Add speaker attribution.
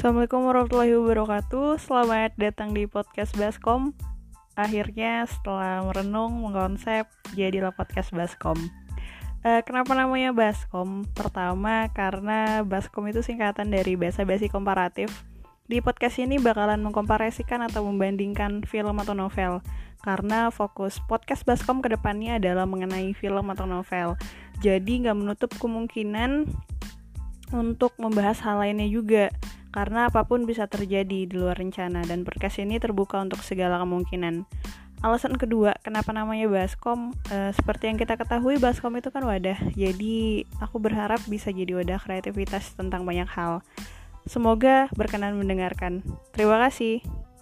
Speaker 1: Assalamualaikum warahmatullahi wabarakatuh. Selamat datang di podcast Baskom. Akhirnya setelah merenung, mengkonsep, jadilah podcast Baskom. Kenapa namanya Baskom? Pertama, karena Baskom itu singkatan dari Basa Basi Komparatif. Di podcast ini bakalan mengkomparasikan atau membandingkan film atau novel. Karena fokus podcast Baskom ke depannya adalah mengenai film atau novel. Jadi gak menutup kemungkinan untuk membahas hal lainnya juga. Karena apapun bisa terjadi di luar rencana dan podcast ini terbuka untuk segala kemungkinan. Alasan kedua, kenapa namanya Baskom? Seperti yang kita ketahui, Baskom itu kan wadah. Jadi aku berharap bisa jadi wadah kreativitas tentang banyak hal. Semoga berkenan mendengarkan. Terima kasih.